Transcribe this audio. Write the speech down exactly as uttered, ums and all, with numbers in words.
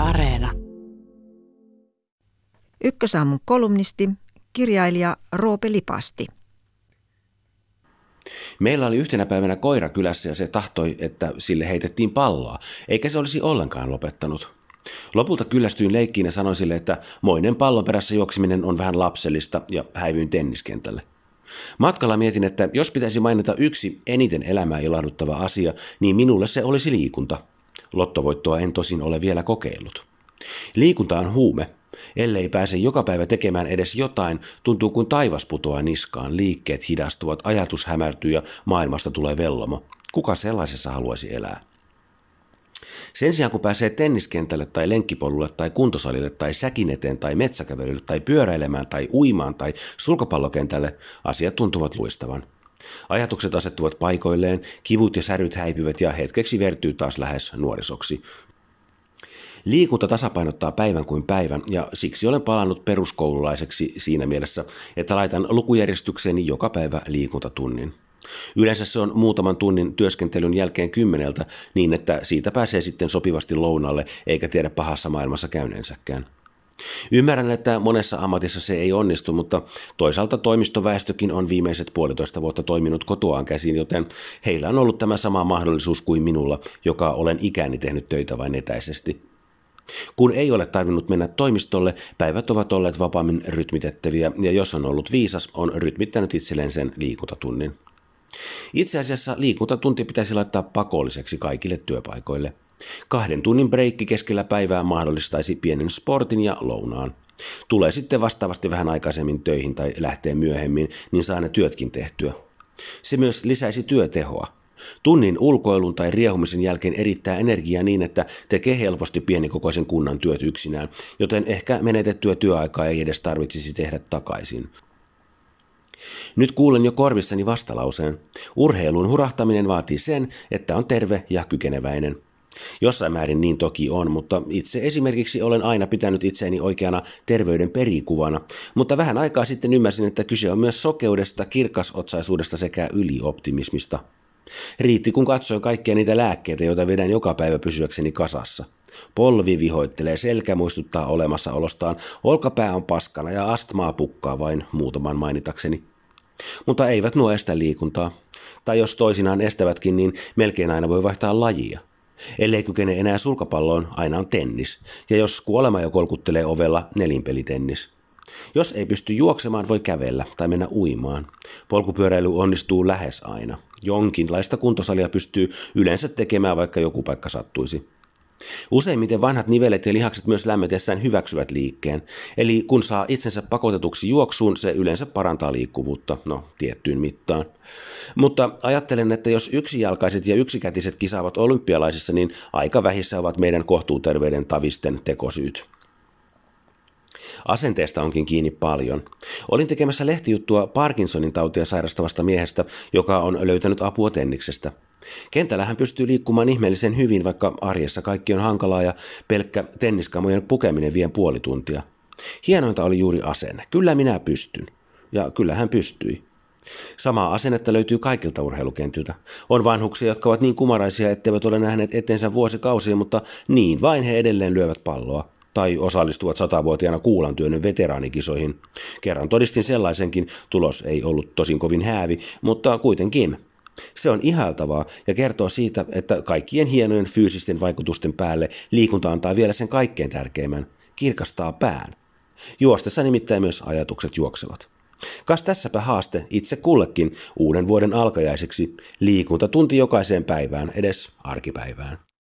Areena. Ykkösaamun kolumnisti, kirjailija Roope Lipasti. Meillä oli yhtenä päivänä koira kylässä ja se tahtoi, että sille heitettiin palloa, eikä se olisi ollenkaan lopettanut. Lopulta kyllästyin leikkiin ja sanoin sille, että moinen pallon perässä juoksiminen on vähän lapsellista ja häivyin tenniskentälle. Matkalla mietin, että jos pitäisi mainita yksi eniten elämää ilahduttava asia, niin minulle se olisi liikunta. Lottovoittoa en tosin ole vielä kokeillut. Liikunta on huume. Ellei pääse joka päivä tekemään edes jotain, tuntuu kuin taivas putoaa niskaan, liikkeet hidastuvat, ajatus hämärtyy ja maailmasta tulee vellomo. Kuka sellaisessa haluaisi elää? Sen sijaan kun pääsee tenniskentälle tai lenkkipolulle tai kuntosalille tai säkin eteen tai metsäkävelylle tai pyöräilemään tai uimaan tai sulkapallokentälle, asiat tuntuvat luistavan. Ajatukset asettuvat paikoilleen, kivut ja säryt häipyvät ja hetkeksi vertyy taas lähes nuorisoksi. Liikunta tasapainottaa päivän kuin päivän ja siksi olen palannut peruskoululaiseksi siinä mielessä, että laitan lukujärjestykseeni joka päivä liikuntatunnin. Yleensä se on muutaman tunnin työskentelyn jälkeen kymmeneltä niin, että siitä pääsee sitten sopivasti lounalle eikä tiedä pahassa maailmassa käyneensäkään. Ymmärrän, että monessa ammatissa se ei onnistu, mutta toisaalta toimistoväestökin on viimeiset puolitoista vuotta toiminut kotoaan käsin, joten heillä on ollut tämä sama mahdollisuus kuin minulla, joka olen ikäni tehnyt töitä vain etäisesti. Kun ei ole tarvinnut mennä toimistolle, päivät ovat olleet vapaammin rytmitettäviä ja jos on ollut viisas, on rytmittänyt itselleen sen liikuntatunnin. Itse asiassa liikuntatunti pitäisi laittaa pakolliseksi kaikille työpaikoille. Kahden tunnin breikki keskellä päivää mahdollistaisi pienen sportin ja lounaan. Tulee sitten vastaavasti vähän aikaisemmin töihin tai lähtee myöhemmin, niin saa ne työtkin tehtyä. Se myös lisäisi työtehoa. Tunnin ulkoilun tai riehumisen jälkeen erittää energiaa niin, että tekee helposti pienikokoisen kunnan työt yksinään, joten ehkä menetettyä työaikaa ei edes tarvitsisi tehdä takaisin. Nyt kuulen jo korvissani vastalauseen. Urheiluun hurahtaminen vaatii sen, että on terve ja kykeneväinen. Jossain määrin niin toki on, mutta itse esimerkiksi olen aina pitänyt itseäni oikeana terveyden perikuvana, mutta vähän aikaa sitten ymmärsin, että kyse on myös sokeudesta, kirkasotsaisuudesta sekä ylioptimismista. Riitti kun katsoin kaikkia niitä lääkkeitä, joita vedän joka päivä pysyäkseni kasassa. Polvi vihoittelee, selkä muistuttaa olemassaolostaan, olkapää on paskana ja astmaa pukkaa vain muutaman mainitakseni. Mutta eivät nuo estä liikuntaa. Tai jos toisinaan estävätkin, niin melkein aina voi vaihtaa lajia. Ellei kykene enää sulkapalloon, aina on tennis. Ja jos kuolema jo kolkuttelee ovella, nelinpelitennis. Jos ei pysty juoksemaan, voi kävellä tai mennä uimaan. Polkupyöräily onnistuu lähes aina. Jonkinlaista kuntosalia pystyy yleensä tekemään, vaikka joku paikka sattuisi. Useimmiten vanhat nivelet ja lihakset myös lämmetessään hyväksyvät liikkeen, eli kun saa itsensä pakotetuksi juoksuun, se yleensä parantaa liikkuvuutta, no tiettyyn mittaan. Mutta ajattelen, että jos yksijalkaiset ja yksikätiset kisaavat olympialaisissa, niin aika vähissä ovat meidän kohtuuterveyden tavisten tekosyyt. Asenteesta onkin kiinni paljon. Olin tekemässä lehtijuttua Parkinsonin tautia sairastavasta miehestä, joka on löytänyt apua tenniksestä. Kentällä hän pystyy liikkumaan ihmeellisen hyvin, vaikka arjessa kaikki on hankalaa ja pelkkä tenniskamojen pukeminen vie puoli tuntia. Hienointa oli juuri asenne. Kyllä minä pystyn. Ja kyllä hän pystyi. Samaa asennetta löytyy kaikilta urheilukentiltä. On vanhuksia, jotka ovat niin kumaraisia, etteivät ole nähneet eteensä vuosikausia, mutta niin vain he edelleen lyövät palloa. Tai osallistuvat satavuotiaana kuulantyönnön veteraanikisoihin. Kerran todistin sellaisenkin, tulos ei ollut tosin kovin häävi, mutta kuitenkin. Se on ihailtavaa ja kertoo siitä, että kaikkien hienojen fyysisten vaikutusten päälle liikunta antaa vielä sen kaikkein tärkeimmän, kirkastaa pään. Juostessa nimittäin myös ajatukset juoksevat. Kas tässäpä haaste itse kullekin uuden vuoden alkajaiseksi, liikuntatunti jokaiseen päivään, edes arkipäivään.